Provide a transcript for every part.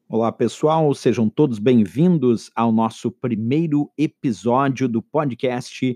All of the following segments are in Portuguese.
Olá, pessoal, sejam todos bem-vindos ao nosso primeiro episódio do podcast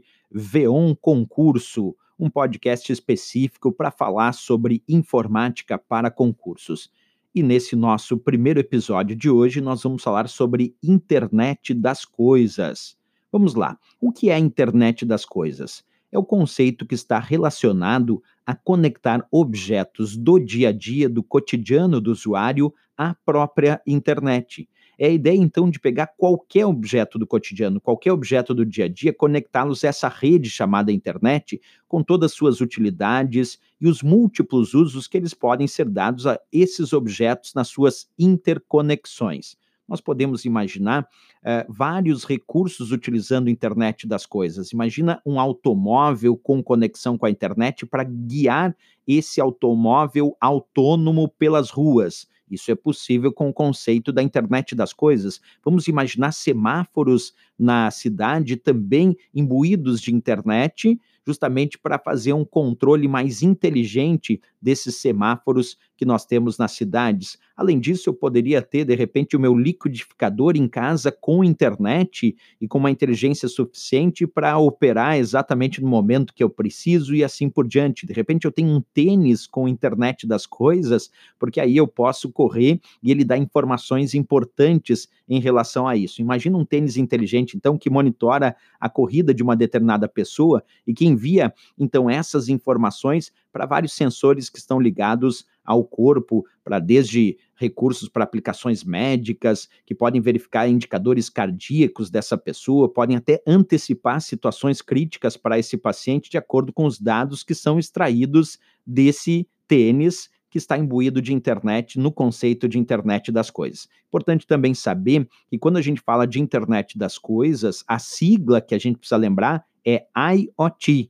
V1 Concurso, um podcast específico para falar sobre informática para concursos. E nesse nosso primeiro episódio de hoje, nós vamos falar sobre internet das coisas. Vamos lá. O que é a internet das coisas? É o conceito que está relacionado a conectar objetos do dia a dia, do cotidiano do usuário, à própria internet. É a ideia, então, de pegar qualquer objeto do cotidiano, qualquer objeto do dia a dia, conectá-los a essa rede chamada internet, com todas as suas utilidades e os múltiplos usos que eles podem ser dados a esses objetos nas suas interconexões. Nós podemos imaginar vários recursos utilizando a internet das coisas. Imagina um automóvel com conexão com a internet para guiar esse automóvel autônomo pelas ruas. Isso é possível com o conceito da internet das coisas. Vamos imaginar semáforos na cidade também imbuídos de internet, justamente para fazer um controle mais inteligente desses semáforos que nós temos nas cidades. Além disso, eu poderia ter, de repente, o meu liquidificador em casa com internet e com uma inteligência suficiente para operar exatamente no momento que eu preciso e assim por diante. De repente, eu tenho um tênis com internet das coisas, porque aí eu posso correr e ele dá informações importantes em relação a isso. Imagina um tênis inteligente, então, que monitora a corrida de uma determinada pessoa e que envia, então, essas informações para vários sensores que estão ligados ao corpo, para desde recursos para aplicações médicas, que podem verificar indicadores cardíacos dessa pessoa, podem até antecipar situações críticas para esse paciente de acordo com os dados que são extraídos desse tênis que está imbuído de internet no conceito de internet das coisas. Importante também saber que quando a gente fala de internet das coisas, a sigla que a gente precisa lembrar é IoT,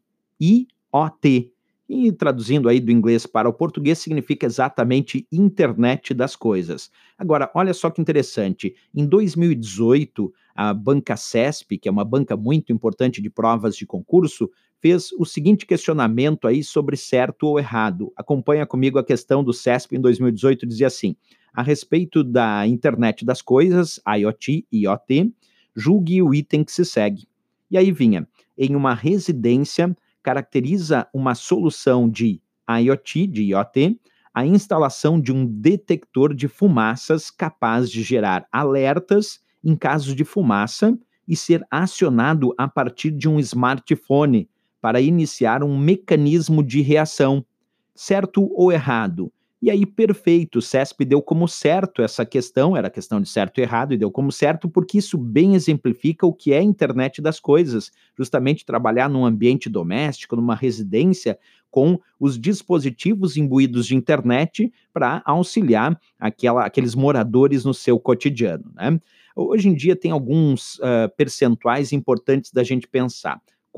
IoT. E traduzindo aí do inglês para o português significa exatamente internet das coisas. Agora, olha só que interessante, em 2018, a banca CESP, que é uma banca muito importante de provas de concurso, fez o seguinte questionamento aí sobre certo ou errado. Acompanha comigo a questão do CESP em 2018, dizia assim: a respeito da internet das coisas, IoT, IoT, julgue o item que se segue. E aí vinha, em uma residência, caracteriza uma solução de IoT, de IoT, a instalação de um detector de fumaças capaz de gerar alertas em casos de fumaça e ser acionado a partir de um smartphone para iniciar um mecanismo de reação. Certo ou errado? E aí, perfeito, o CESP deu como certo essa questão, era questão de certo e errado, e deu como certo porque isso bem exemplifica o que é a internet das coisas, justamente trabalhar num ambiente doméstico, numa residência, com os dispositivos imbuídos de internet para auxiliar aqueles moradores no seu cotidiano, né? Hoje em dia tem alguns percentuais importantes da gente pensar.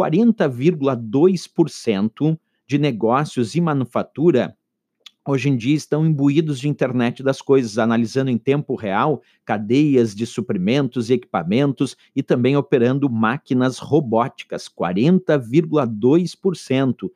40,2% de negócios e manufatura hoje em dia estão imbuídos de internet das coisas, analisando em tempo real cadeias de suprimentos e equipamentos e também operando máquinas robóticas, 40,2%.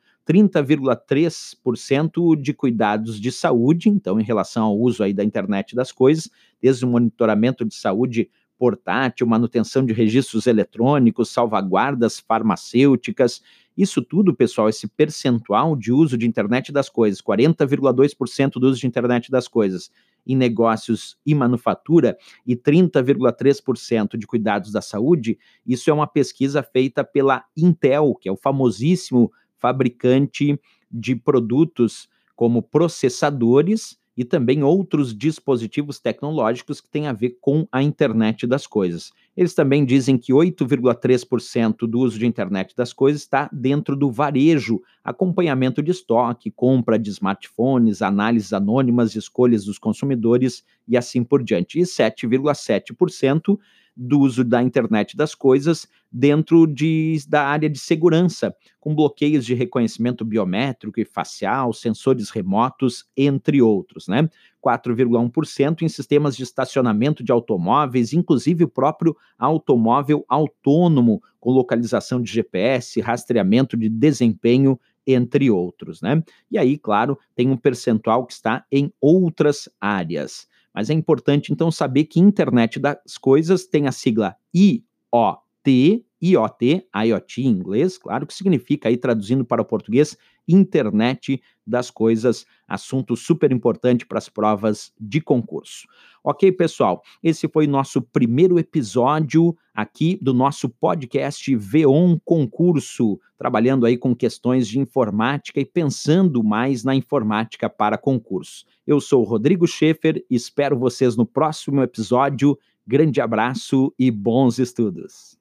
30,3% de cuidados de saúde, então em relação ao uso aí da internet das coisas, desde o monitoramento de saúde portátil, manutenção de registros eletrônicos, salvaguardas farmacêuticas. Isso tudo, pessoal, esse percentual de uso de internet das coisas, 40,2% do uso de internet das coisas em negócios e manufatura e 30,3% de cuidados da saúde, isso é uma pesquisa feita pela Intel, que é o famosíssimo fabricante de produtos como processadores e também outros dispositivos tecnológicos que têm a ver com a internet das coisas. Eles também dizem que 8,3% do uso de internet das coisas está dentro do varejo, acompanhamento de estoque, compra de smartphones, análises anônimas, escolhas dos consumidores e assim por diante. E 7,7% do uso da internet das coisas dentro da área de segurança, com bloqueios de reconhecimento biométrico e facial, sensores remotos, entre outros, né? 4,1% em sistemas de estacionamento de automóveis, inclusive o próprio automóvel autônomo, com localização de GPS, rastreamento de desempenho, entre outros, né? E aí, claro, tem um percentual que está em outras áreas. Mas é importante, então, saber que internet das coisas tem a sigla IoT, IoT em inglês, claro, que significa, aí traduzindo para o português, internet das coisas, assunto super importante para as provas de concurso. Ok, pessoal, esse foi nosso primeiro episódio aqui do nosso podcast V1 Concurso, trabalhando aí com questões de informática e pensando mais na informática para concurso. Eu sou o Rodrigo Schaefer, espero vocês no próximo episódio. Grande abraço e bons estudos!